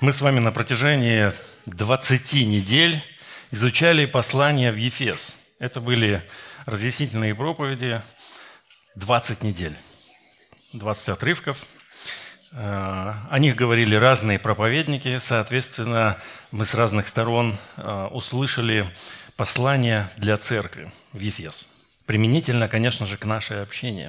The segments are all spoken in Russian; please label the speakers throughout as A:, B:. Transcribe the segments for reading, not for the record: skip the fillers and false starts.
A: Мы с вами на протяжении 20 недель изучали послание в Ефес. Это были разъяснительные проповеди 20 недель, 20 отрывков. О них говорили разные проповедники, соответственно, мы с разных сторон услышали послание для церкви в Ефес. Применительно, конечно же, к нашей общине.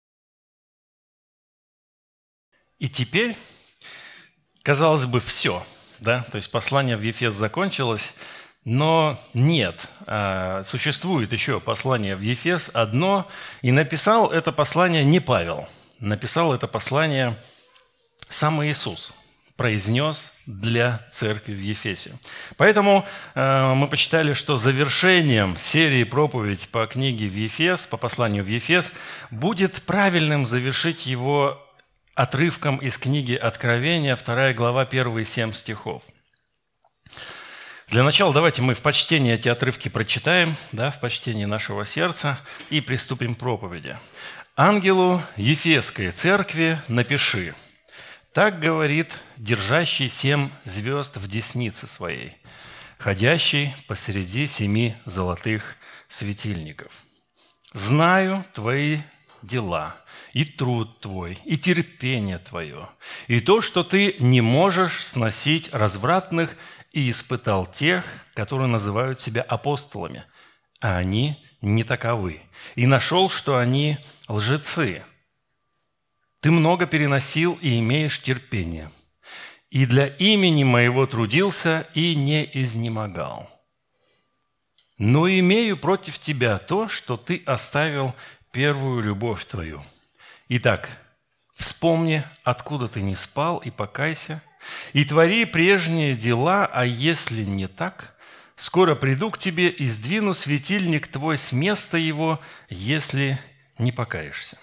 A: И теперь, казалось бы, все, да? То есть послание в Ефес закончилось, но нет, существует еще послание в Ефес одно, и написал это послание не Павел, написал это послание сам Иисус, произнес для церкви в Ефесе. Поэтому мы почитали, что завершением серии проповедь по книге в Ефес, по посланию в Ефес, будет правильным завершить его отрывком из книги Откровения, 2 глава, 1 7 стихов. Для начала давайте мы в почтении эти отрывки прочитаем, да, в почтении нашего сердца, и приступим к проповеди. «Ангелу Ефесской церкви напиши: так говорит держащий 7 звезд в деснице своей, ходящий посреди 7 золотых светильников. Знаю твои дела, и труд твой, и терпение твое, и то, что ты не можешь сносить развратных, и испытал тех, которые называют себя апостолами, а они не таковы, и нашел, что они лжецы. Ты много переносил и имеешь терпение, и для имени моего трудился и не изнемогал. Но имею против тебя то, что ты оставил первую любовь твою. Итак, вспомни, откуда ты не спал, и покайся, и твори прежние дела, а если не так, скоро приду к тебе и сдвину светильник твой с места его, если не покаешься.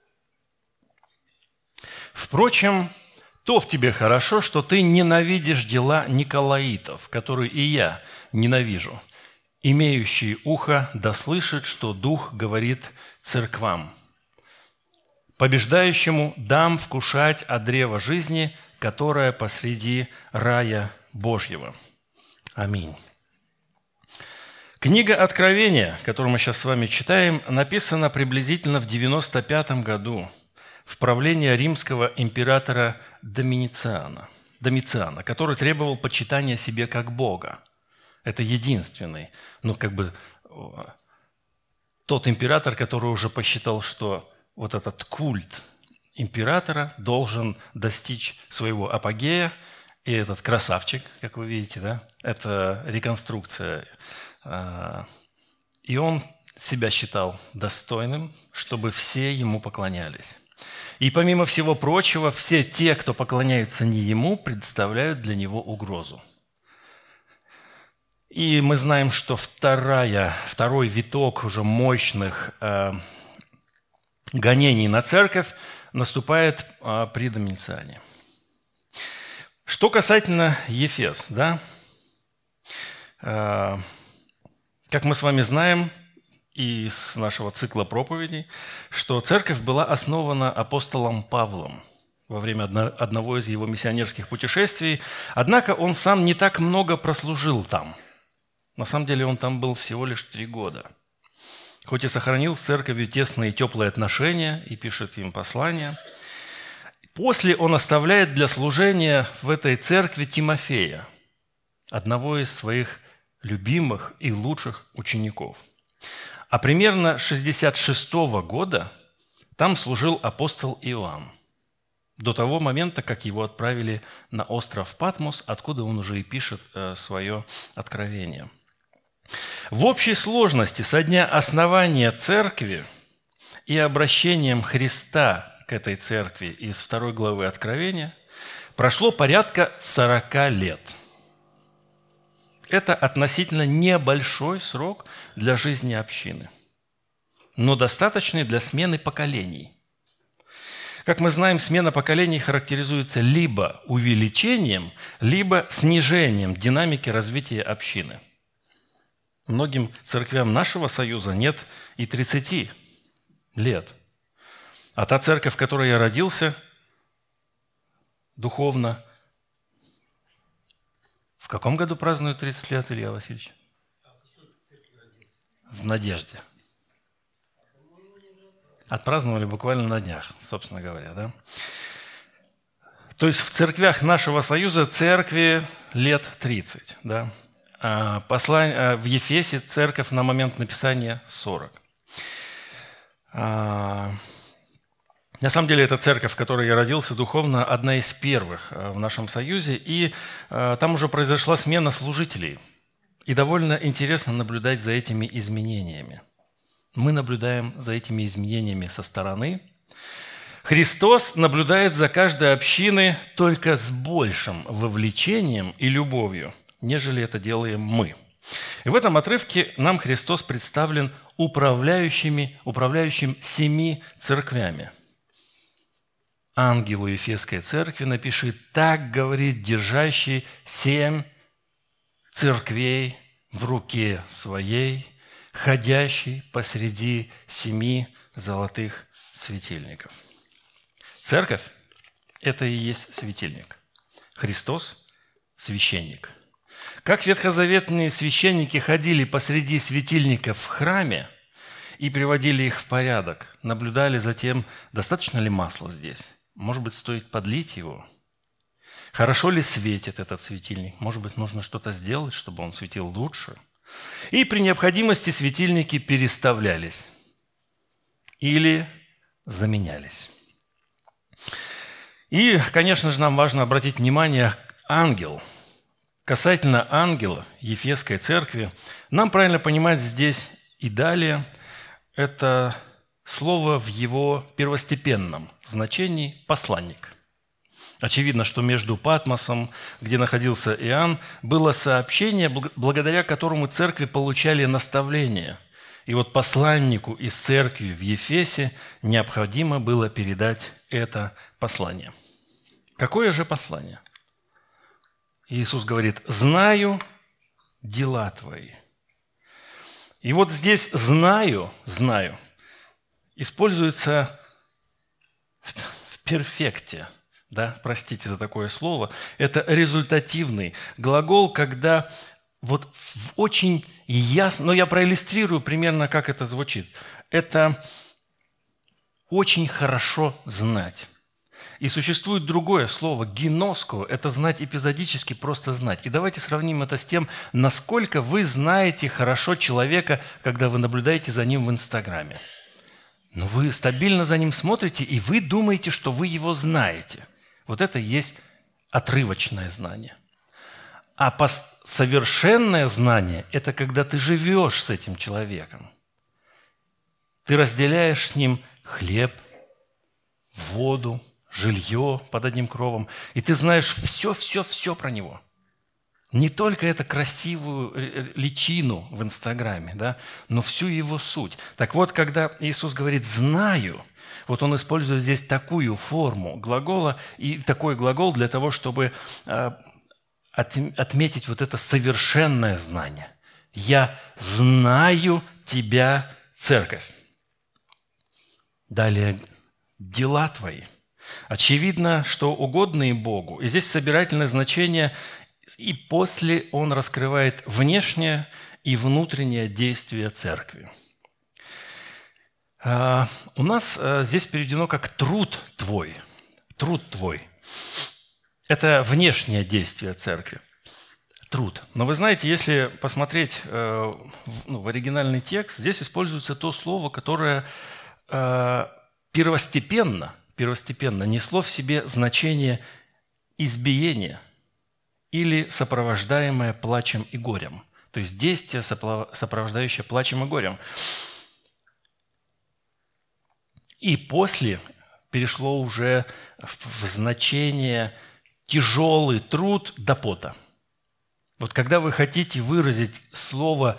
A: Впрочем, то в тебе хорошо, что ты ненавидишь дела николаитов, которые и я ненавижу. Имеющий ухо да слышит, что Дух говорит церквам. Побеждающему дам вкушать от древа жизни, которое посреди рая Божьего. Аминь». Книга Откровения, которую мы сейчас с вами читаем, написана приблизительно в 95 году в правлении римского императора Домициана, который требовал почитания себе как Бога. Это единственный, тот император, который уже посчитал, что вот этот культ императора должен достичь своего апогея, и этот красавчик, как вы видите, да, это реконструкция. И он себя считал достойным, чтобы все ему поклонялись. И помимо всего прочего, все те, кто поклоняются не ему, представляют для него угрозу. И мы знаем, что второй виток уже мощных гонений на церковь наступает при Домициане. Что касательно Ефес, да, как мы с вами знаем из нашего цикла проповедей, что церковь была основана апостолом Павлом во время одного из его миссионерских путешествий, однако он сам не так много прослужил там. На самом деле он там был всего лишь 3 года. Хоть и сохранил с церковью тесные и теплые отношения и пишет им послания. После он оставляет для служения в этой церкви Тимофея, одного из своих любимых и лучших учеников. А примерно с 66 года там служил апостол Иоанн, до того момента, как его отправили на остров Патмос, откуда он уже и пишет свое откровение. В общей сложности со дня основания церкви и обращением Христа к этой церкви из 2 главы Откровения прошло порядка 40 лет. Это относительно небольшой срок для жизни общины, но достаточный для смены поколений. Как мы знаем, смена поколений характеризуется либо увеличением, либо снижением динамики развития общины. Многим церквям нашего союза нет и 30 лет. А та церковь, в которой я родился, духовно В каком году празднуют 30 лет, Илья Васильевич? В надежде. Отпраздновали буквально на днях, собственно говоря, да? То есть в церквях нашего союза церкви лет 30, да? В Ефесе церковь на момент написания 40. На самом деле это церковь, в которой я родился духовно, одна из первых в нашем союзе, и там уже произошла смена служителей. И довольно интересно наблюдать за этими изменениями. Мы наблюдаем за этими изменениями со стороны. Христос наблюдает за каждой общиной только с большим вовлечением и любовью, нежели это делаем мы. И в этом отрывке нам Христос представлен управляющим 7 церквями. Ангелу Ефесской церкви напиши: «Так говорит держащий 7 церквей в руке своей, ходящий посреди 7 золотых светильников». Церковь – это и есть светильник. Христос – священник. Как ветхозаветные священники ходили посреди светильников в храме и приводили их в порядок, наблюдали за тем, достаточно ли масла здесь, может быть, стоит подлить его, хорошо ли светит этот светильник, может быть, нужно что-то сделать, чтобы он светил лучше. И при необходимости светильники переставлялись или заменялись. И, конечно же, нам важно обратить внимание ангел. Касательно ангела Ефесской церкви, нам правильно понимать здесь и далее это слово в его первостепенном значении «посланник». Очевидно, что между Патмосом, где находился Иоанн, было сообщение, благодаря которому церкви получали наставления. И вот посланнику из церкви в Ефесе необходимо было передать это послание. Какое же послание? Иисус говорит: «Знаю дела твои». И вот здесь «знаю» используется в перфекте. Да? Простите за такое слово. Это результативный глагол, когда вот очень ясно, но я проиллюстрирую примерно, как это звучит. Это очень хорошо знать. И существует другое слово «гиноско» – это знать эпизодически, просто знать. И давайте сравним это с тем, насколько вы знаете хорошо человека, когда вы наблюдаете за ним в Инстаграме. Но вы стабильно за ним смотрите, и вы думаете, что вы его знаете. Вот это и есть отрывочное знание. А совершенное знание – это когда ты живешь с этим человеком. Ты разделяешь с ним хлеб, воду, жилье под одним кровом, и ты знаешь все про него. Не только эту красивую личину в Инстаграме, да, но всю его суть. Так вот, когда Иисус говорит «знаю», вот Он использует здесь такую форму глагола и такой глагол для того, чтобы отметить вот это совершенное знание. «Я знаю тебя, церковь». Далее «дела твои». Очевидно, что угодные Богу. И здесь собирательное значение, и после он раскрывает внешнее и внутреннее действие церкви. У нас здесь переведено как «труд твой». Труд твой. Это внешнее действие церкви. Труд. Но вы знаете, если посмотреть в оригинальный текст, здесь используется то слово, которое первостепенно несло в себе значение избиения или сопровождаемое плачем и горем. То есть действие, сопровождающее плачем и горем. И после перешло уже в значение тяжелый труд до пота. Вот когда вы хотите выразить слово,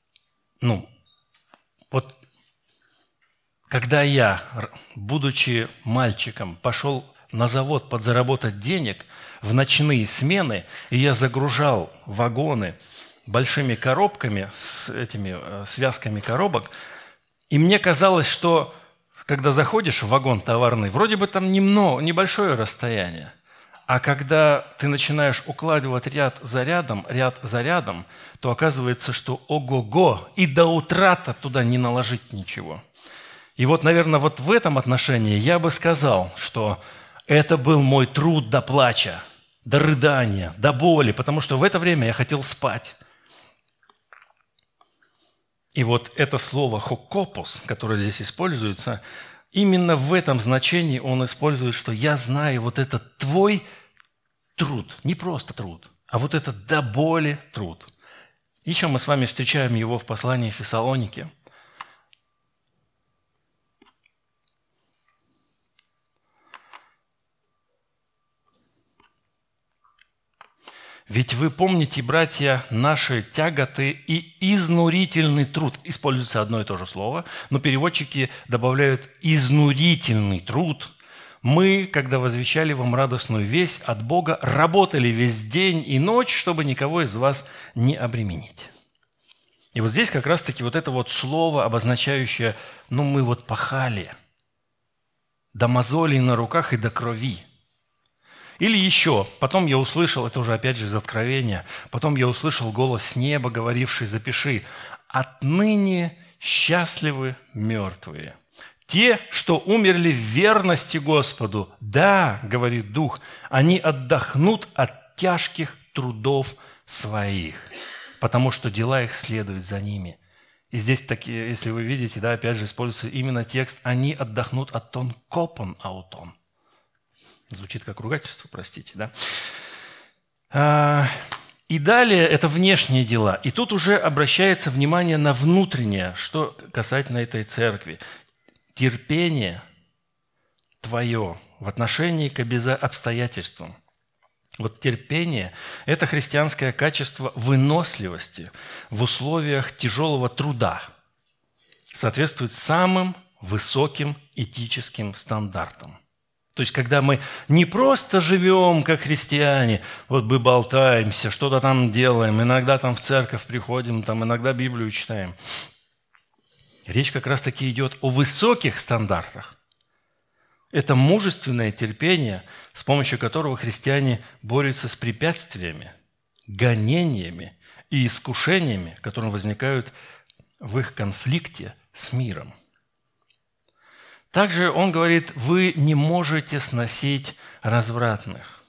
A: когда я, будучи мальчиком, пошел на завод подзаработать денег в ночные смены, и я загружал вагоны большими коробками с этими связками коробок, и мне казалось, что когда заходишь в вагон товарный, вроде бы там небольшое расстояние, А когда ты начинаешь укладывать ряд за рядом, то оказывается, что ого-го, и до утра-то туда не наложить ничего. И вот, наверное, вот в этом отношении я бы сказал, что это был мой труд до плача, до рыдания, до боли, потому что в это время я хотел спать. И вот это слово «хокопос», которое здесь используется, именно в этом значении он использует, что я знаю вот этот твой труд, не просто труд, а вот этот до боли труд. Еще мы с вами встречаем его в послании Фессалоники. «Ведь вы помните, братья, наши тяготы и изнурительный труд». Используется одно и то же слово, но переводчики добавляют «изнурительный труд». «Мы, когда возвещали вам радостную весть от Бога, работали весь день и ночь, чтобы никого из вас не обременить». И вот здесь как раз-таки вот это вот слово, обозначающее мы вот пахали до мозолей на руках и до крови. Или еще, потом я услышал, это уже опять же из Откровения, потом я услышал голос с неба, говоривший: «Запиши, отныне счастливы мертвые, те, что умерли в верности Господу. Да, говорит Дух, они отдохнут от тяжких трудов своих, потому что дела их следуют за ними». И здесь, такие, если вы видите, да, опять же используется именно текст «они отдохнут от тон копон аутон». Звучит как ругательство, простите, да? И далее это внешние дела. И тут уже обращается внимание на внутреннее, что касательно этой церкви. Терпение твое в отношении к обстоятельствам. Вот терпение – это христианское качество выносливости в условиях тяжелого труда. Соответствует самым высоким этическим стандартам. То есть, когда мы не просто живем как христиане, вот мы болтаемся, что-то там делаем, иногда там в церковь приходим, там иногда Библию читаем. Речь как раз-таки идет о высоких стандартах. Это мужественное терпение, с помощью которого христиане борются с препятствиями, гонениями и искушениями, которые возникают в их конфликте с миром. Также он говорит: вы не можете сносить развратных.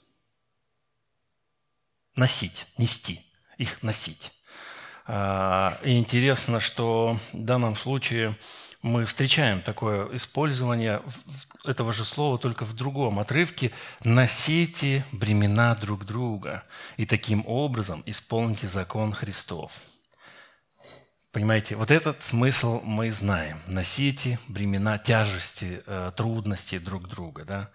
A: Носить, нести, их носить. И интересно, что в данном случае мы встречаем такое использование этого же слова, только в другом отрывке: «Носите бремена друг друга, и таким образом исполните закон Христов». Понимаете, вот этот смысл мы знаем. Носите бремена, тяжести, трудности друг друга. Да?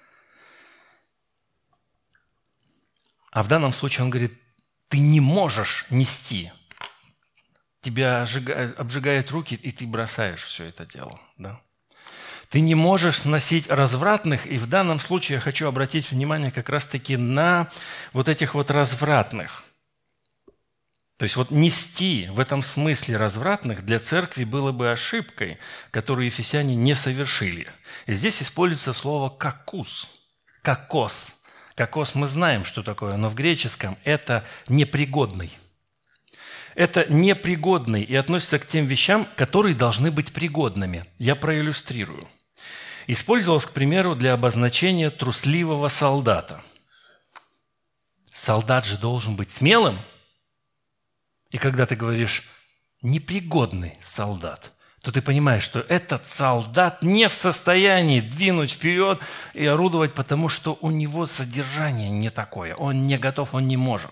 A: А в данном случае он говорит: ты не можешь нести. Тебя обжигают руки, и ты бросаешь все это дело. Да? Ты не можешь сносить развратных, и в данном случае я хочу обратить внимание как раз-таки на вот этих вот развратных. То есть вот нести в этом смысле развратных для церкви было бы ошибкой, которую ефесяне не совершили. И здесь используется слово «какус», «какос». «Какос» мы знаем, что такое, но в греческом это «непригодный». Это непригодный и относится к тем вещам, которые должны быть пригодными. Я проиллюстрирую. Использовалось, к примеру, для обозначения трусливого солдата. Солдат же должен быть смелым. И когда ты говоришь «непригодный солдат», то ты понимаешь, что этот солдат не в состоянии двинуть вперед и орудовать, потому что у него содержание не такое. Он не готов, он не может.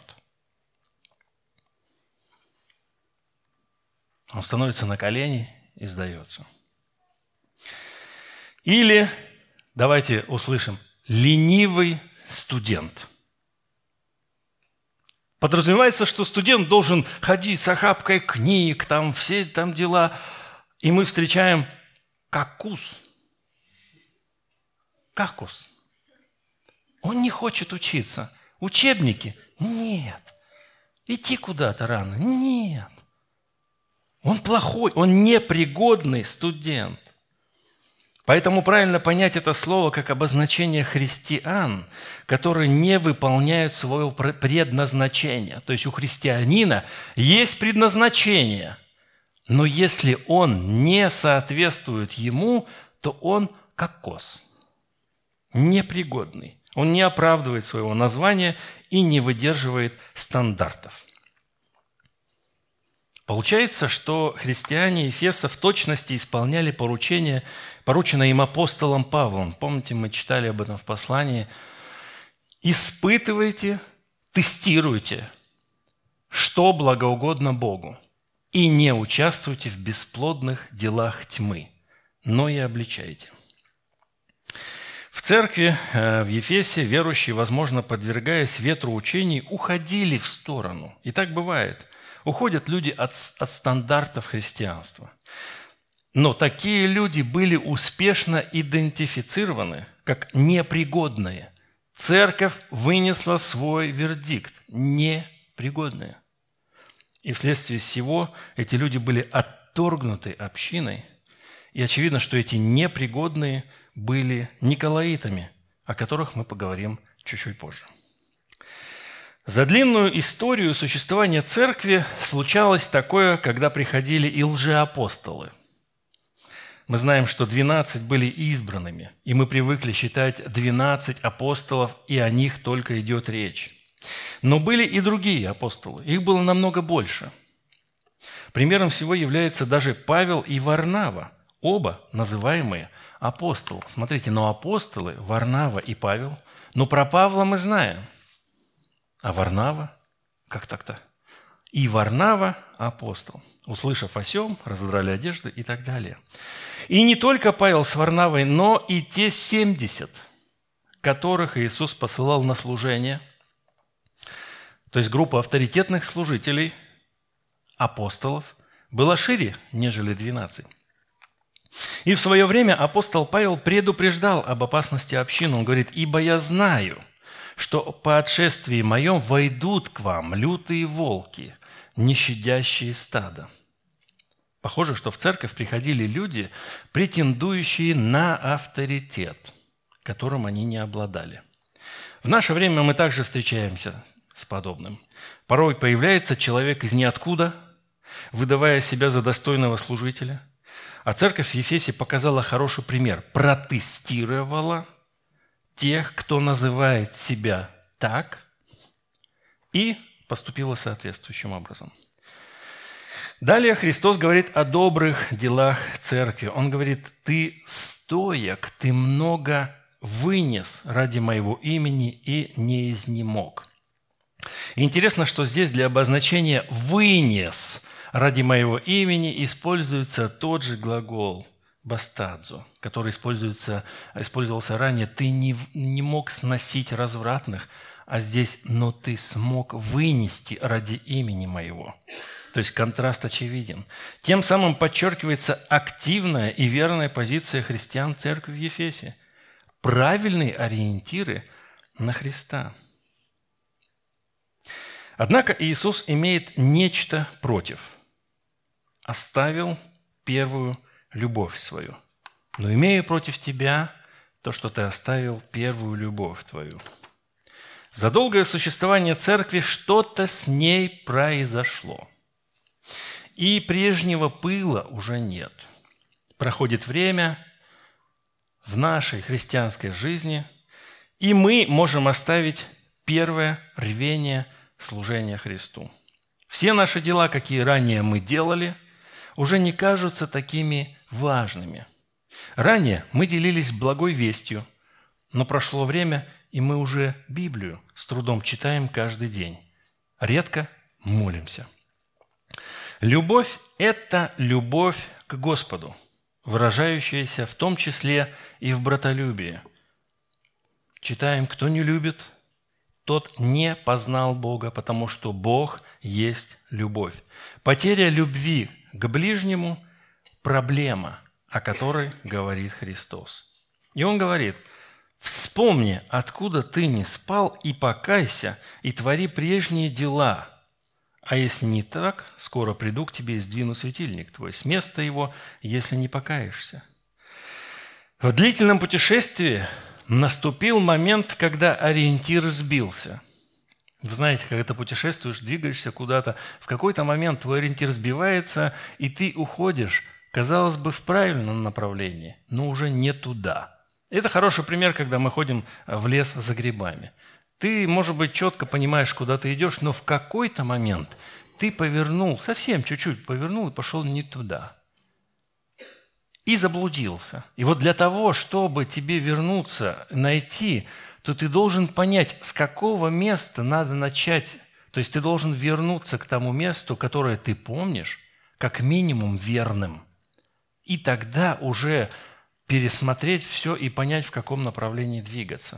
A: Он становится на колени и сдается. Или, давайте услышим, ленивый студент. Подразумевается, что студент должен ходить с охапкой книг, там все там дела. И мы встречаем какус. Какус. Он не хочет учиться. Учебники? Нет. Идти куда-то рано? Нет. Он плохой, он непригодный студент. Поэтому правильно понять это слово как обозначение христиан, которые не выполняют своего предназначения. То есть у христианина есть предназначение, но если он не соответствует ему, то он как коз, непригодный. Он не оправдывает своего названия и не выдерживает стандартов. Получается, что христиане Ефеса в точности исполняли поручение, порученное им апостолом Павлом. Помните, мы читали об этом в послании. «Испытывайте, тестируйте, что благоугодно Богу, и не участвуйте в бесплодных делах тьмы, но и обличайте». В церкви в Ефесе верующие, возможно, подвергаясь ветру учений, уходили в сторону. И так бывает. Уходят люди от стандартов христианства. Но такие люди были успешно идентифицированы как непригодные. Церковь вынесла свой вердикт – непригодные. И вследствие всего эти люди были отторгнуты общиной. И очевидно, что эти непригодные были николаитами, о которых мы поговорим чуть-чуть позже. За длинную историю существования церкви случалось такое, когда приходили и лжеапостолы. Мы знаем, что 12 были избранными, и мы привыкли считать 12 апостолов, и о них только идет речь. Но были и другие апостолы, их было намного больше. Примером всего являются даже Павел и Варнава, оба называемые апостолы. Смотрите, но апостолы, Варнава и Павел, но про Павла мы знаем. А Варнава? Как так-то? И Варнава – апостол. Услышав о сем, разодрали одежды и так далее. И не только Павел с Варнавой, но и те 70, которых Иисус посылал на служение, то есть группа авторитетных служителей, апостолов, была шире, нежели 12. И в свое время апостол Павел предупреждал об опасности общины. Он говорит: «Ибо я знаю, что по отшествии моем войдут к вам лютые волки, не щадящие стадо». Похоже, что в церковь приходили люди, претендующие на авторитет, которым они не обладали. В наше время мы также встречаемся с подобным. Порой появляется человек из ниоткуда, выдавая себя за достойного служителя. А церковь в Ефесе показала хороший пример, протестировала тех, кто называет себя так, и поступила соответствующим образом. Далее Христос говорит о добрых делах церкви. Он говорит: «Ты стоек, ты много вынес ради моего имени и не изнемог». И интересно, что здесь для обозначения «вынес» ради моего имени используется тот же глагол «бастадзо», который использовался ранее. «Ты не мог сносить развратных», а здесь «но ты смог вынести ради имени моего». То есть контраст очевиден. Тем самым подчеркивается активная и верная позиция христиан церкви в Ефесе. Правильные ориентиры на Христа. Однако Иисус имеет нечто против. «Оставил первую любовь свою, но имею против тебя то, что ты оставил первую любовь твою». За долгое существование церкви что-то с ней произошло. И прежнего пыла уже нет. Проходит время в нашей христианской жизни, и мы можем оставить первое рвение служения Христу. Все наши дела, какие ранее мы делали, уже не кажутся такими важными. Ранее мы делились благой вестью, но прошло время, и мы уже Библию с трудом читаем каждый день. Редко молимся. Любовь – это любовь к Господу, выражающаяся в том числе и в братолюбии. Читаем: «Кто не любит, тот не познал Бога, потому что Бог есть любовь». Потеря любви к ближнему – проблема, о которой говорит Христос. И Он говорит: «Вспомни, откуда ты не спал, и покайся, и твори прежние дела. А если не так, скоро приду к тебе и сдвину светильник твой с места его, если не покаешься». В длительном путешествии наступил момент, когда ориентир сбился. Вы знаете, когда ты путешествуешь, двигаешься куда-то, в какой-то момент твой ориентир сбивается, и ты уходишь, казалось бы, в правильном направлении, но уже не туда. Это хороший пример, когда мы ходим в лес за грибами. Ты, может быть, четко понимаешь, куда ты идешь, но в какой-то момент ты повернул, совсем чуть-чуть повернул и пошел не туда. И заблудился. И вот для того, чтобы тебе вернуться, найти, то ты должен понять, с какого места надо начать. То есть ты должен вернуться к тому месту, которое ты помнишь, как минимум верным. И тогда уже пересмотреть все и понять, в каком направлении двигаться.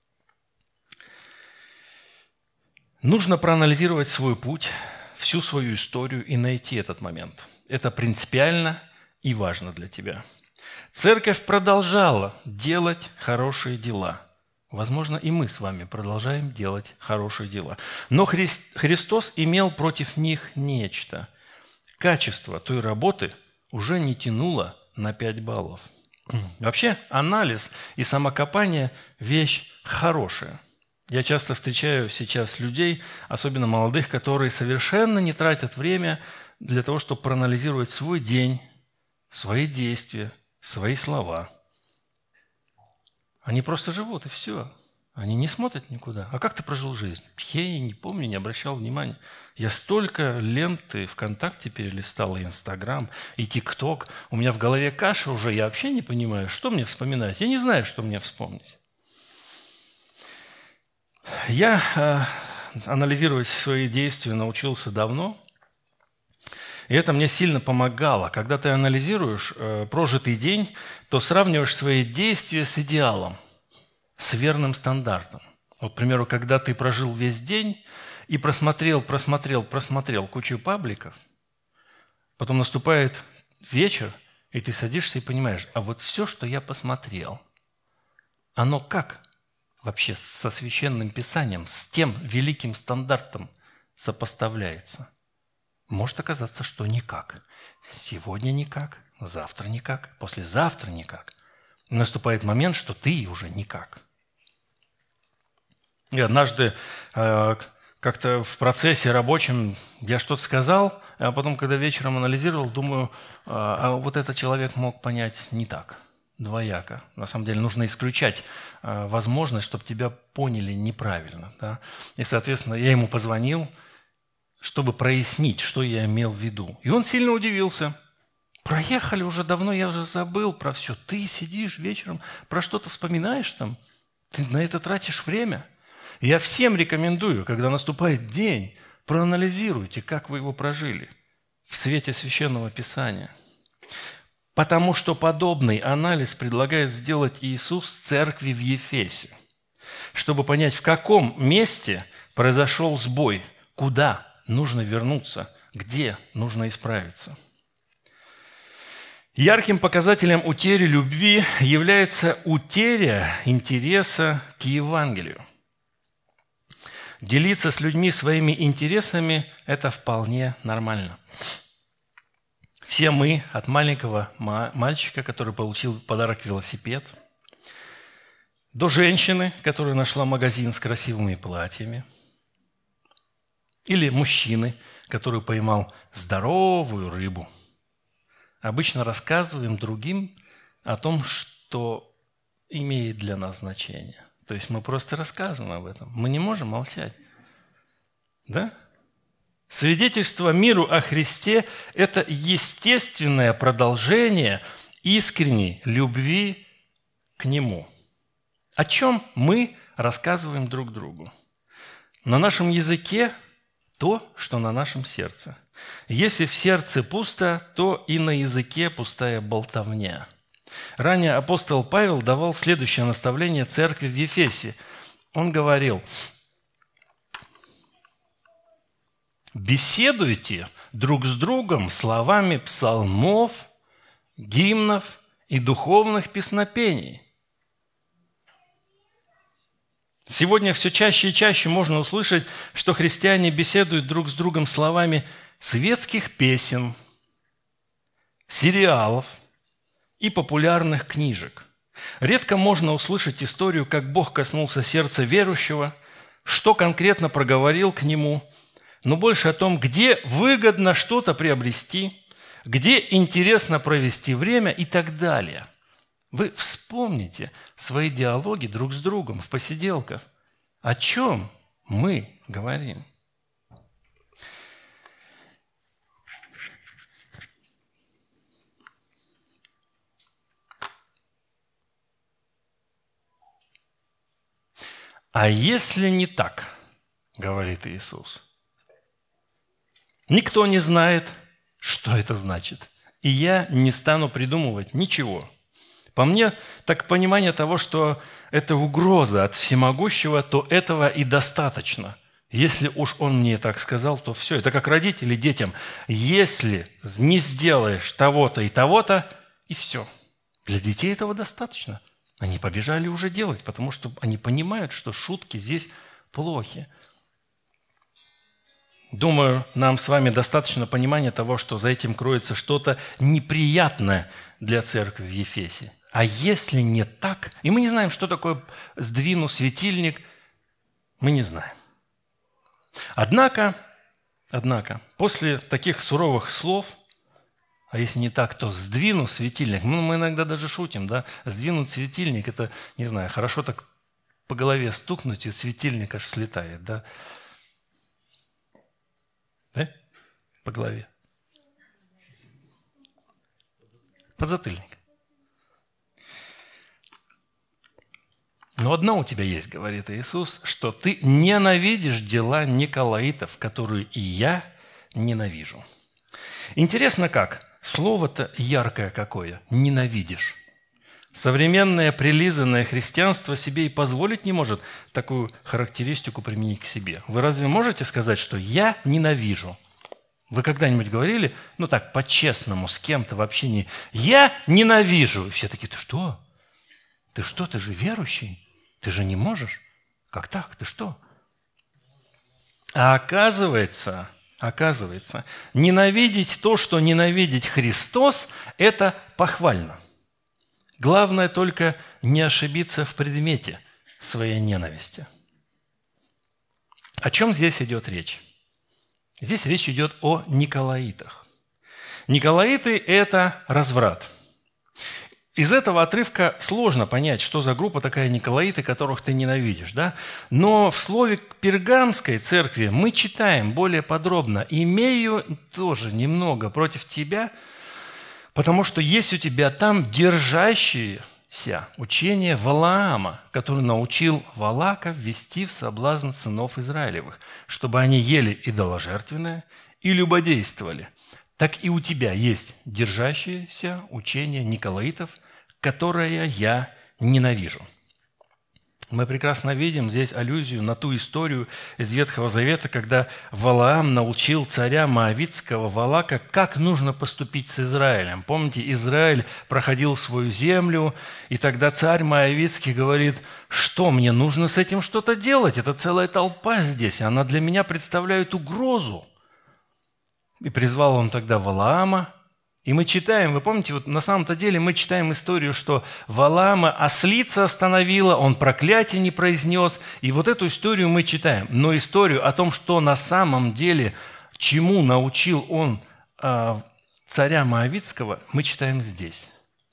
A: Нужно проанализировать свой путь, всю свою историю и найти этот момент. Это принципиально и важно для тебя. Церковь продолжала делать хорошие дела. Возможно, и мы с вами продолжаем делать хорошие дела. Но Христос имел против них нечто. Качество той работы уже не тянуло на 5 баллов. Вообще, анализ и самокопание – вещь хорошая. Я часто встречаю сейчас людей, особенно молодых, которые совершенно не тратят время для того, чтобы проанализировать свой день, свои действия, свои слова. Они просто живут, и все. Они не смотрят никуда. А как ты прожил жизнь? Я не помню, не обращал внимания. Я столько ленты ВКонтакте перелистал, и Инстаграм, и ТикТок. У меня в голове каша уже, я вообще не понимаю, что мне вспоминать. Я не знаю, что мне вспомнить. Я анализировать свои действия научился давно, и это мне сильно помогало. Когда ты анализируешь прожитый день, то сравниваешь свои действия с идеалом, с верным стандартом. Вот, к примеру, когда ты прожил весь день и просмотрел кучу пабликов, потом наступает вечер, и ты садишься и понимаешь, а вот все, что я посмотрел, оно как вообще со Священным Писанием, с тем великим стандартом сопоставляется? Может оказаться, что никак. Сегодня никак, завтра никак, послезавтра никак. Наступает момент, что ты уже никак. И однажды как-то в процессе рабочем я что-то сказал, а потом, когда вечером анализировал, думаю, а вот этот человек мог понять не так. Двояко. На самом деле нужно исключать возможность, чтобы тебя поняли неправильно. Да? И, соответственно, я ему позвонил, чтобы прояснить, что я имел в виду. И он сильно удивился. Проехали уже давно, я уже забыл про все. Ты сидишь вечером, про что-то вспоминаешь там, ты на это тратишь время. Я всем рекомендую, когда наступает день, проанализируйте, как вы его прожили в свете Священного Писания. Потому что подобный анализ предлагает сделать Иисус церкви в Ефесе, чтобы понять, в каком месте произошел сбой, куда нужно вернуться, где нужно исправиться. Ярким показателем утери любви является утеря интереса к Евангелию. Делиться с людьми своими интересами – это вполне нормально. Все мы, от маленького мальчика, который получил в подарок велосипед, до женщины, которая нашла магазин с красивыми платьями, или мужчины, который поймал здоровую рыбу, обычно рассказываем другим о том, что имеет для нас значение. То есть мы просто рассказываем об этом. Мы не можем молчать. Да? Свидетельство миру о Христе – это естественное продолжение искренней любви к Нему. О чем мы рассказываем друг другу? На нашем языке то, что на нашем сердце. Если в сердце пусто, то и на языке пустая болтовня. Ранее апостол Павел давал следующее наставление церкви в Ефесе. Он говорил: «Беседуйте друг с другом словами псалмов, гимнов и духовных песнопений». Сегодня все чаще и чаще можно услышать, что христиане беседуют друг с другом словами светских песен, сериалов и популярных книжек. Редко можно услышать историю, как Бог коснулся сердца верующего, что конкретно проговорил к нему, но больше о том, где выгодно что-то приобрести, где интересно провести время и так далее. Вы вспомните свои диалоги друг с другом в посиделках. О чем мы говорим? А если не так, говорит Иисус, никто не знает, что это значит, и я не стану придумывать ничего. По мне, так понимание того, что это угроза от всемогущего, то этого и достаточно. Если уж он мне так сказал, то все. Это как родители детям. Если не сделаешь того-то и того-то, и все. Для детей этого достаточно. Они побежали уже делать, потому что они понимают, что шутки здесь плохи. Думаю, нам с вами достаточно понимания того, что за этим кроется что-то неприятное для церкви в Ефесе. А если не так, и мы не знаем, что такое «сдвину светильник», мы не знаем. Однако, после таких суровых слов, а если не так, то «сдвину светильник», мы иногда даже шутим, да, «сдвинуть светильник» – это, не знаю, хорошо так по голове стукнуть, и светильник аж слетает, да? Да? По голове. Подзатыльник. Но одно у тебя есть, говорит Иисус, что ты ненавидишь дела николаитов, которые и я ненавижу. Интересно как? Слово-то яркое какое. Ненавидишь. Современное прилизанное христианство себе и позволить не может такую характеристику применить к себе. Вы разве можете сказать, что я ненавижу? Вы когда-нибудь говорили, ну так, по-честному, с кем-то в общении, я ненавижу? И все такие, ты что? Ты что? Ты же верующий? Ты же не можешь? Как так? Ты что? А оказывается, ненавидеть то, что ненавидит Христос, это похвально. Главное только не ошибиться в предмете своей ненависти. О чем здесь идет речь? Здесь речь идет о николаитах. Николаиты – это разврат. Из этого отрывка сложно понять, что за группа такая николаиты, которых ты ненавидишь. Да? Но в слове пергамской церкви мы читаем более подробно. «Имею тоже немного против тебя, потому что есть у тебя там держащиеся учение Валаама, который научил Валака ввести в соблазн сынов Израилевых, чтобы они ели идоложертвенное и любодействовали. Так и у тебя есть держащееся учение николаитов, которое я ненавижу». Мы прекрасно видим здесь аллюзию на ту историю из Ветхого Завета, когда Валаам научил царя Моавитского Валака, как нужно поступить с Израилем. Помните, Израиль проходил свою землю, и тогда царь Моавитский говорит, что мне нужно с этим что-то делать? Это целая толпа здесь, она для меня представляет угрозу. И призвал он тогда Валаама. И мы читаем, вы помните, вот на самом-то деле мы читаем историю, что Валаама ослица остановила, он проклятие не произнес. И вот эту историю мы читаем. Но историю о том, что на самом деле, чему научил он царя Моавитского, мы читаем здесь.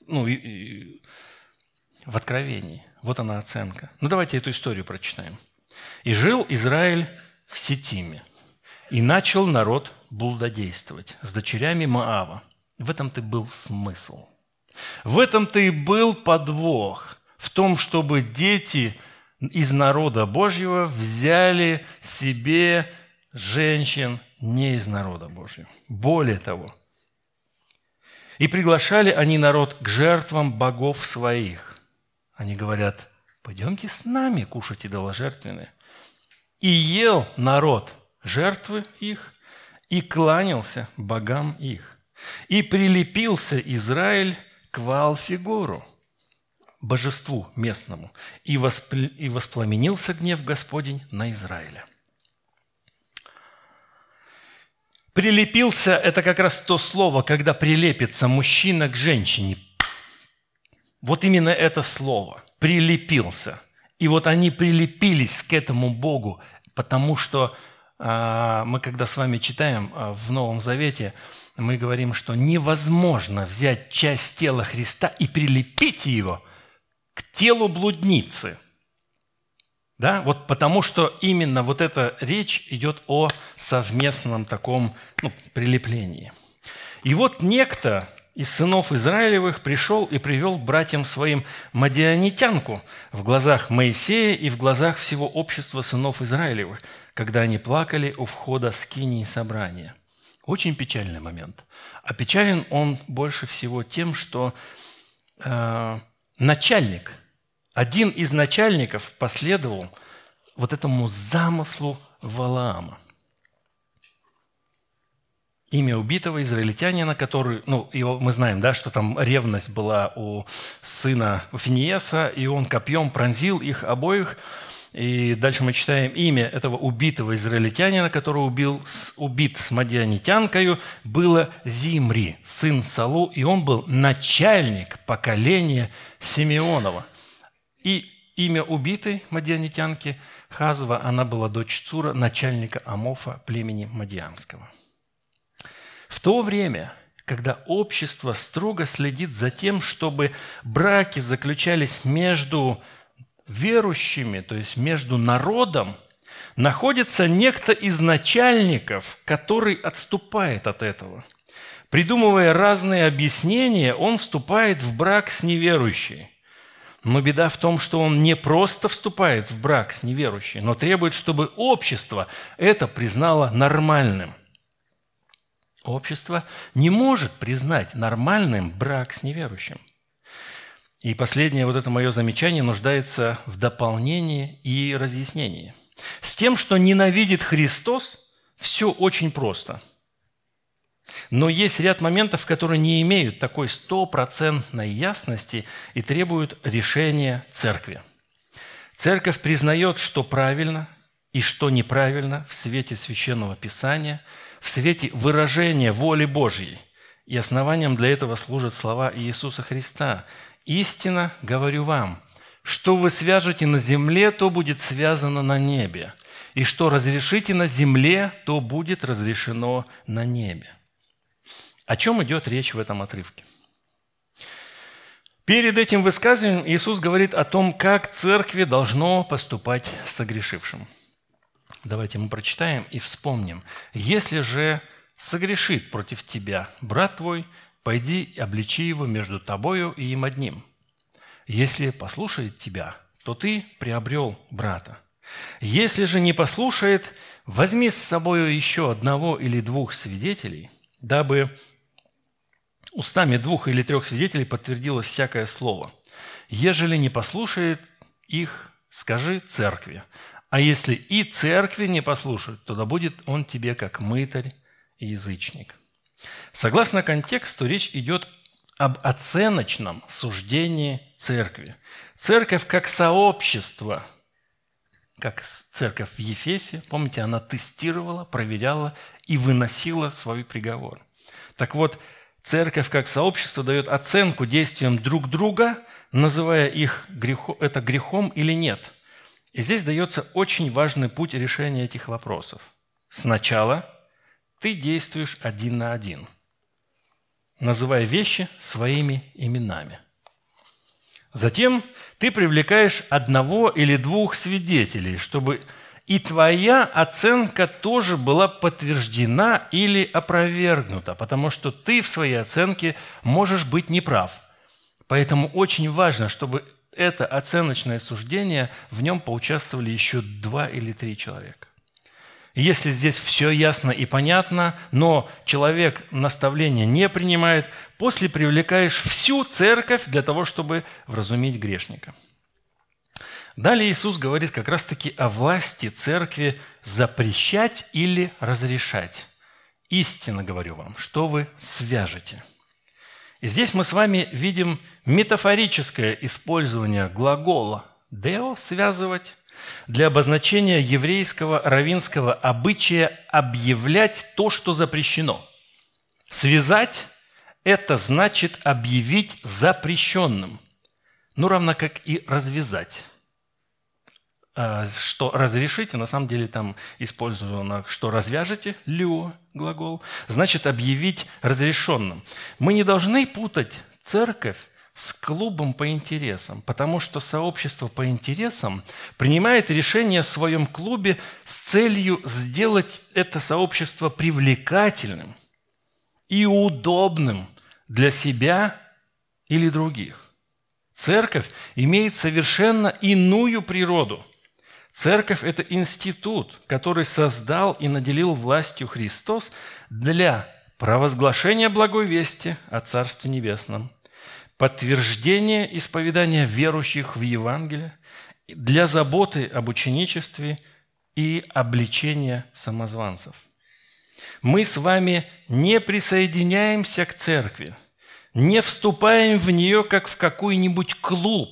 A: В Откровении. Вот она оценка. Давайте эту историю прочитаем. «И жил Израиль в Ситиме, и начал народ блудодействовать с дочерями Моава». В этом-то был смысл. В этом-то и был подвох. В том, чтобы дети из народа Божьего взяли себе женщин не из народа Божьего. Более того, и приглашали они народ к жертвам богов своих. Они говорят, пойдемте с нами кушать идоложертвенные. И ел народ жертвы их, и кланялся богам их. И прилепился Израиль к Ваал-Фигору, божеству местному, и воспламенился гнев Господень на Израиля. Прилепился – это как раз то слово, когда прилепится мужчина к женщине. Вот именно это слово «прилепился». И вот они прилепились к этому Богу, потому что мы, когда с вами читаем в Новом Завете, мы говорим, что невозможно взять часть тела Христа и прилепить его к телу блудницы. Да? Вот потому что именно вот эта речь идет о совместном таком прилеплении. И вот некто из сынов Израилевых пришел и привел к братьям своим мадианитянку в глазах Моисея и в глазах всего общества сынов Израилевых, когда они плакали у входа скинии собрания. Очень печальный момент. А печален он больше всего тем, что начальник, один из начальников последовал вот этому замыслу Валаама. Имя убитого израильтянина, который, его мы знаем, да, что там ревность была у сына Финиеса, и он копьем пронзил их обоих. И дальше мы читаем имя этого убитого израильтянина, который убит с мадианитянкою, было Зимри, сын Салу, и он был начальник поколения Симеонова. И имя убитой мадианитянки Хазва, она была дочь Цура, начальника Амофа, племени Мадиамского. В то время, когда общество строго следит за тем, чтобы браки заключались между верующими, то есть между народом, находится некто из начальников, который отступает от этого. Придумывая разные объяснения, он вступает в брак с неверующей. Но беда в том, что он не просто вступает в брак с неверующей, но требует, чтобы общество это признало нормальным. Общество не может признать нормальным брак с неверующим. И последнее вот это мое замечание нуждается в дополнении и разъяснении. С тем, что ненавидит Христос, все очень просто. Но есть ряд моментов, которые не имеют такой стопроцентной ясности и требуют решения церкви. Церковь признает, что правильно и что неправильно в свете Священного Писания, в свете выражения воли Божьей. И основанием для этого служат слова Иисуса Христа. «Истинно говорю вам, что вы свяжете на земле, то будет связано на небе, и что разрешите на земле, то будет разрешено на небе». О чем идет речь в этом отрывке? Перед этим высказыванием Иисус говорит о том, как церкви должно поступать с согрешившим. Давайте мы прочитаем и вспомним. «Если же согрешит против тебя брат твой, пойди и обличи его между тобою и им одним. Если послушает тебя, то ты приобрел брата. Если же не послушает, возьми с собою еще одного или двух свидетелей, дабы устами 2 или 3 свидетелей подтвердилось всякое слово. Ежели не послушает их, скажи церкви. А если и церкви не послушают, то да будет он тебе как мытарь и язычник». Согласно контексту, речь идет об оценочном суждении церкви. Церковь как сообщество, как церковь в Ефесе, помните, она тестировала, проверяла и выносила свой приговор. Так вот, церковь как сообщество дает оценку действиям друг друга, называя их это грехом или нет. И здесь дается очень важный путь решения этих вопросов. Сначала ты действуешь один на один, называя вещи своими именами. Затем ты привлекаешь 1 или 2 свидетелей, чтобы и твоя оценка тоже была подтверждена или опровергнута, потому что ты в своей оценке можешь быть неправ. Поэтому очень важно, чтобы это оценочное суждение, в нем поучаствовали еще 2 или 3 человека. Если здесь все ясно и понятно, но человек наставления не принимает, после привлекаешь всю церковь для того, чтобы вразумить грешника. Далее Иисус говорит как раз-таки о власти церкви запрещать или разрешать. «Истинно говорю вам, что вы свяжете». И здесь мы с вами видим метафорическое использование глагола «део» – «связывать», для обозначения еврейского раввинского обычая объявлять то, что запрещено. Связать – это значит объявить запрещенным. Ну, равно как и развязать. Что разрешите, на самом деле там использовано, что развяжете, лю, глагол, значит объявить разрешенным. Мы не должны путать церковь с клубом по интересам, потому что сообщество по интересам принимает решение в своем клубе с целью сделать это сообщество привлекательным и удобным для себя или других. Церковь имеет совершенно иную природу. Церковь – это институт, который создал и наделил властью Христос для провозглашения благой вести о Царстве Небесном, подтверждения исповедания верующих в Евангелие, для заботы об ученичестве и обличения самозванцев. Мы с вами не присоединяемся к церкви, не вступаем в нее, как в какой-нибудь клуб.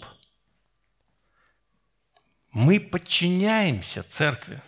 A: Мы подчиняемся церкви.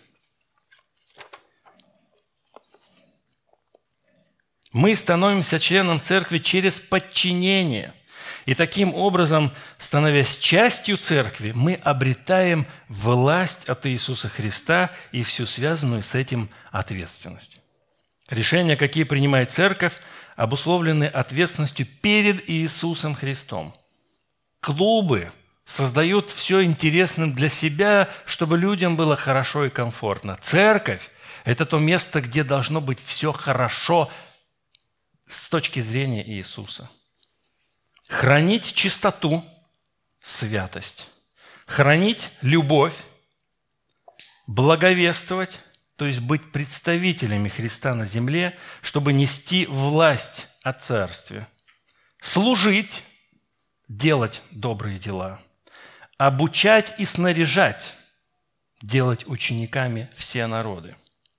A: Мы становимся членом церкви через подчинение. И таким образом, становясь частью церкви, мы обретаем власть от Иисуса Христа и всю связанную с этим ответственность. Решения, какие принимает церковь, обусловлены ответственностью перед Иисусом Христом. Клубы создают все интересным для себя, чтобы людям было хорошо и комфортно. Церковь – это то место, где должно быть все хорошо с точки зрения Иисуса. Хранить чистоту, святость, хранить любовь, благовествовать, то есть быть представителями Христа на земле, чтобы нести власть о Царстве, служить, делать добрые дела, обучать и снаряжать, делать учениками все народы.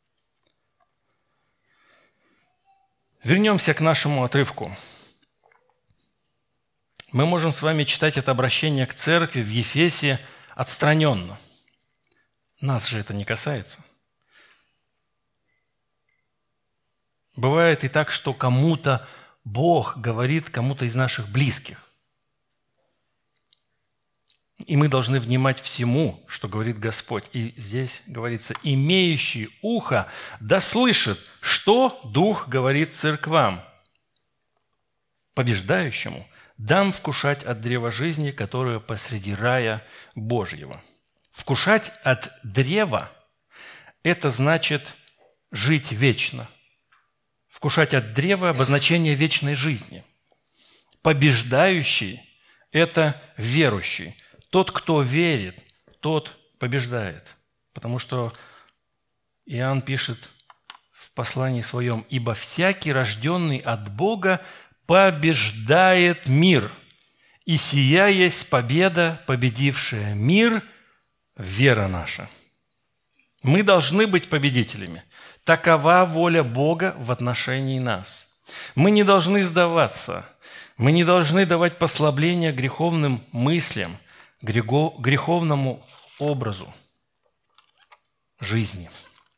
A: Вернемся к нашему отрывку. Мы можем с вами читать это обращение к церкви в Ефесе отстраненно. Нас же это не касается. Бывает и так, что кому-то Бог говорит, кому-то из наших близких. И мы должны внимать всему, что говорит Господь. И здесь говорится, имеющий ухо да слышит, что Дух говорит церквам. Побеждающему дам вкушать от древа жизни, которое посреди рая Божьего. Вкушать от древа – это значит жить вечно. Вкушать от древа – обозначение вечной жизни. Побеждающий – это верующий. Тот, кто верит, тот побеждает. Потому что Иоанн пишет в послании своем, «Ибо всякий, рожденный от Бога, побеждает мир, и сия есть победа, победившая мир, вера наша». Мы должны быть победителями. Такова воля Бога в отношении нас. Мы не должны сдаваться. Мы не должны давать послабления греховным мыслям, греховному образу жизни.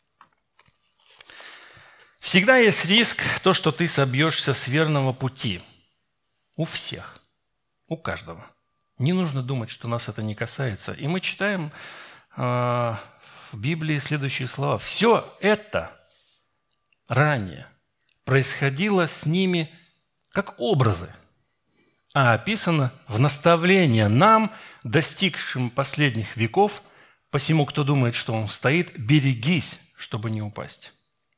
A: Всегда есть риск, то, что ты собьешься с верного пути. У всех, у каждого. Не нужно думать, что нас это не касается. И мы читаем в Библии следующие слова. Все это ранее происходило с ними как образы, а описано в наставление нам, достигшим последних веков, посему, кто думает, что он стоит, берегись, чтобы не упасть.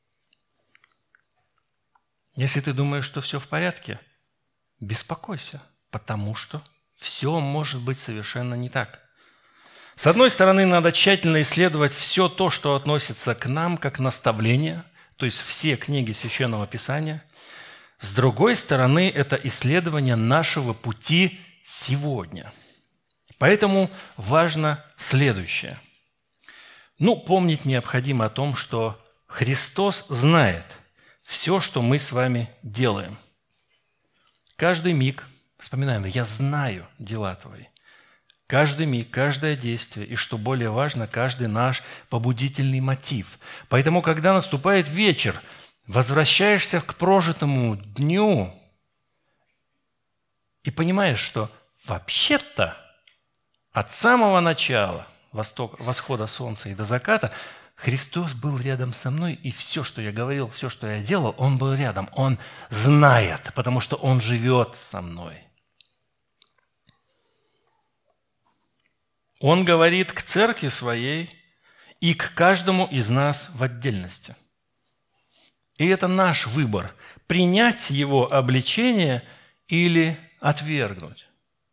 A: Если ты думаешь, что все в порядке, беспокойся, потому что все может быть совершенно не так. С одной стороны, надо тщательно исследовать все то, что относится к нам, как наставление, то есть все книги Священного Писания. С другой стороны, это исследование нашего пути сегодня. Поэтому важно следующее. Помнить необходимо о том, что Христос знает все, что мы с вами делаем. Каждый миг, вспоминаем, я знаю дела твои. Каждый миг, каждое действие, и, что более важно, каждый наш побудительный мотив. Поэтому, когда наступает вечер, возвращаешься к прожитому дню и понимаешь, что вообще-то От самого начала восхода солнца и до заката Христос был рядом со мной, и все, что я говорил, все, что я делал, Он был рядом. Он знает, потому что Он живет со мной. Он говорит к церкви своей и к каждому из нас в отдельности. И это наш выбор – принять Его обличение или отвергнуть.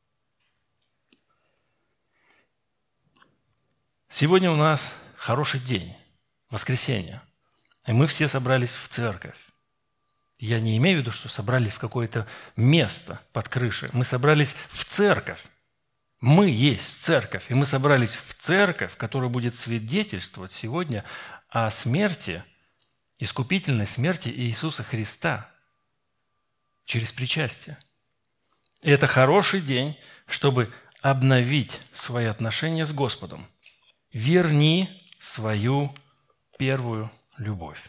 A: Сегодня у нас хороший день, воскресенье, и мы все собрались в церковь. Я не имею в виду, что собрались в какое-то место под крышей. Мы собрались в церковь. Мы есть церковь, и мы собрались в церковь, которая будет свидетельствовать сегодня о смерти, искупительной смерти Иисуса Христа через причастие. И это хороший день, чтобы обновить свои отношения с Господом. Верни свою первую любовь.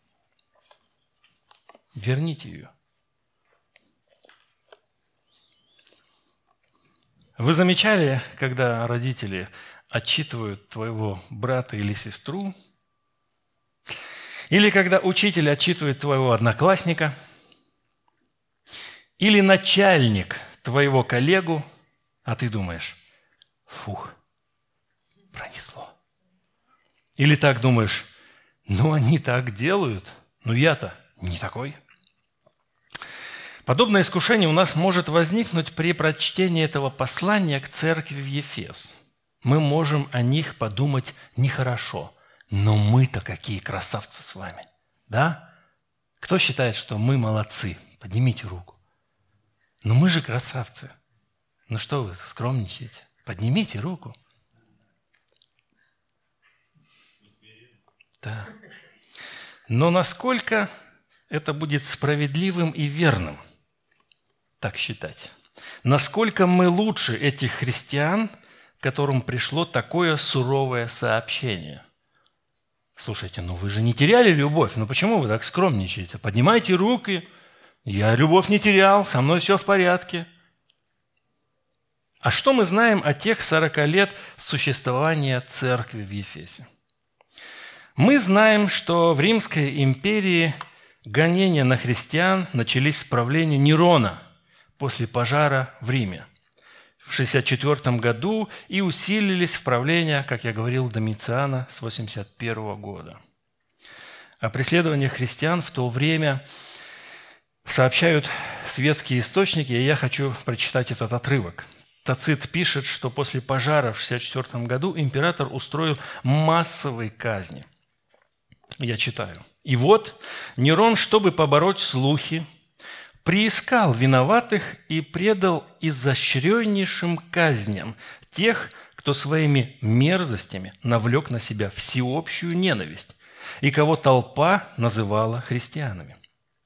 A: Верните ее. Вы замечали, когда родители отчитывают твоего брата или сестру, или когда учитель отчитывает твоего одноклассника, или начальник твоего коллегу, а ты думаешь, фух, пронесло. Или так думаешь, ну они так делают, но я-то не такой. Подобное искушение у нас может возникнуть при прочтении этого послания к церкви в Ефес. Мы можем о них подумать нехорошо, но мы-то какие красавцы с вами, да? Кто считает, что мы молодцы? Поднимите руку. Ну мы же красавцы. Ну что вы скромничаете? Поднимите руку. Да. Но насколько это будет справедливым и верным, так считать? Насколько мы лучше этих христиан, которым пришло такое суровое сообщение? Слушайте, ну вы же не теряли любовь, ну почему вы так скромничаете? Поднимайте руки. Я любовь не терял, со мной все в порядке. А что мы знаем о тех 40 лет существования церкви в Ефесе? Мы знаем, что в Римской империи гонения на христиан начались с правления Нерона после пожара в Риме в 64 году и усилились в правление, как я говорил, Домициана с 81 года. О преследовании христиан в то время сообщают светские источники, и я хочу прочитать этот отрывок. Тацит пишет, что после пожара в 64 году император устроил массовые казни. Я читаю. «И вот Нерон, чтобы побороть слухи, приискал виноватых и предал изощреннейшим казням тех, кто своими мерзостями навлек на себя всеобщую ненависть и кого толпа называла христианами.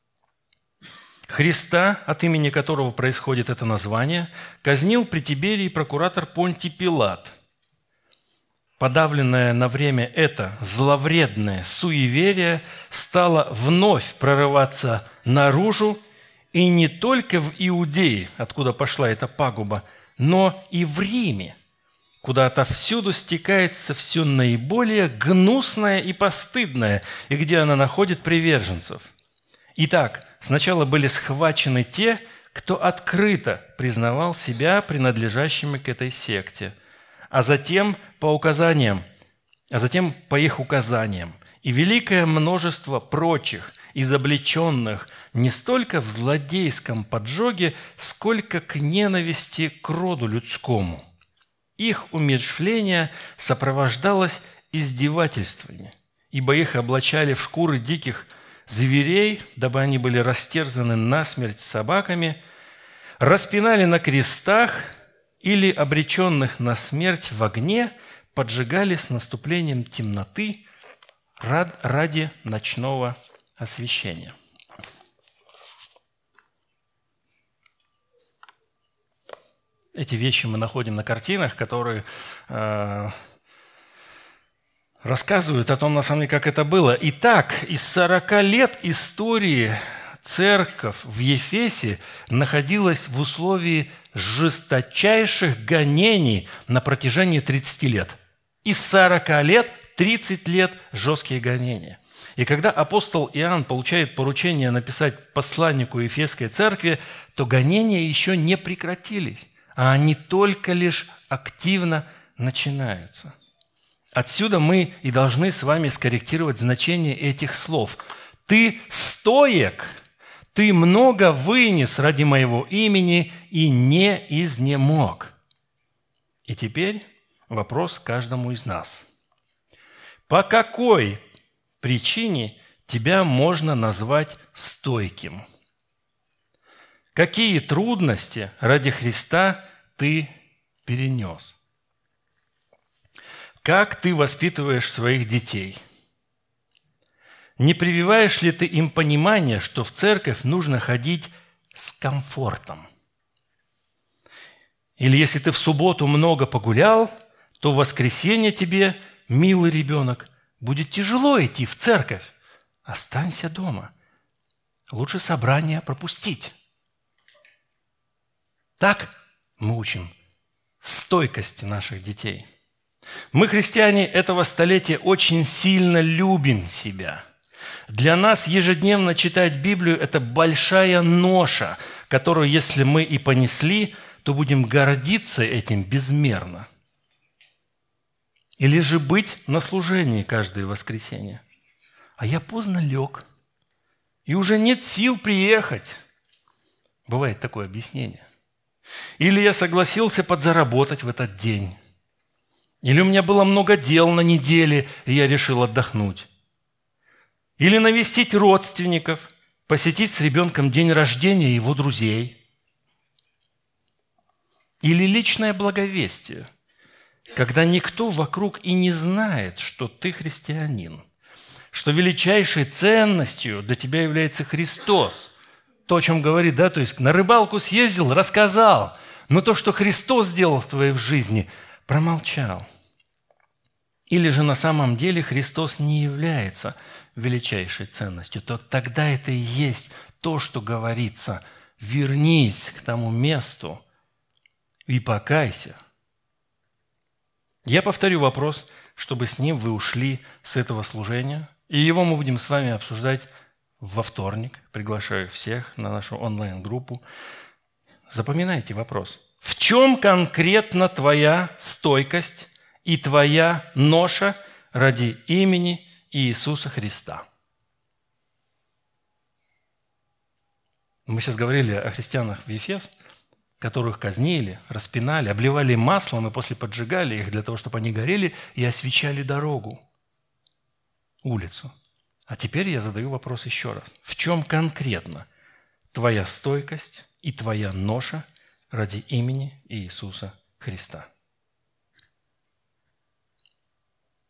A: Христа, от имени которого происходит это название, казнил при Тиберии прокуратор Понтий Пилат. Подавленное на время это зловредное суеверие стало вновь прорываться наружу, и не только в Иудее, откуда пошла эта пагуба, но и в Риме, куда отовсюду стекается все наиболее гнусное и постыдное, и где она находит приверженцев. Итак, сначала были схвачены те, кто открыто признавал себя принадлежащими к этой секте, а затем по их указаниям, и великое множество прочих, изобличенных не столько в злодейском поджоге, сколько к ненависти к роду людскому. Их умерщвление сопровождалось издевательствами, ибо их облачали в шкуры диких зверей, дабы они были растерзаны насмерть собаками, распинали на крестах или обреченных на смерть в огне поджигали с наступлением темноты ради ночного освещения. Эти вещи мы находим на картинах, которые рассказывают о том, на самом деле, как это было. Итак, из 40 лет истории церковь в Ефесе находилась в условии жесточайших гонений на протяжении 30 лет. Из 40 лет 30 лет жесткие гонения. И когда апостол Иоанн получает поручение написать посланнику Ефесской церкви, то гонения еще не прекратились, а они только лишь активно начинаются. Отсюда мы и должны с вами скорректировать значение этих слов. «Ты стоек, ты много вынес ради моего имени и не изнемог». И теперь вопрос каждому из нас. По какой причине тебя можно назвать стойким? Какие трудности ради Христа ты перенес? Как ты воспитываешь своих детей? Не прививаешь ли ты им понимание, что в церковь нужно ходить с комфортом? Или если ты в субботу много погулял, то в воскресенье тебе, милый ребенок, будет тяжело идти в церковь. Останься дома. Лучше собрание пропустить. Так мы учим стойкости наших детей. Мы, христиане этого столетия, очень сильно любим себя. Для нас ежедневно читать Библию – это большая ноша, которую, если мы и понесли, то будем гордиться этим безмерно. Или же быть на служении каждое воскресенье. А я поздно лег, и уже нет сил приехать. Бывает такое объяснение. Или я согласился подзаработать в этот день. Или у меня было много дел на неделе, и я решил отдохнуть. Или навестить родственников, посетить с ребенком день рождения его друзей. Или личное благовестие, когда никто вокруг и не знает, что ты христианин, что величайшей ценностью для тебя является Христос. То, о чем говорит, да, то есть на рыбалку съездил, рассказал, но то, что Христос сделал в твоей жизни, промолчал. Или же на самом деле Христос не является величайшей ценностью, то тогда это и есть то, что говорится. Вернись к тому месту и покайся. Я повторю вопрос, чтобы с ним вы ушли с этого служения, и его мы будем с вами обсуждать во вторник. Приглашаю всех на нашу онлайн-группу. Запоминайте вопрос. В чем конкретно твоя стойкость и твоя ноша ради имени Иисуса Христа? Мы сейчас говорили о христианах в Ефес, которых казнили, распинали, обливали маслом и после поджигали их для того, чтобы они горели и освещали дорогу, улицу. А теперь я задаю вопрос еще раз. В чем конкретно твоя стойкость и твоя ноша ради имени Иисуса Христа?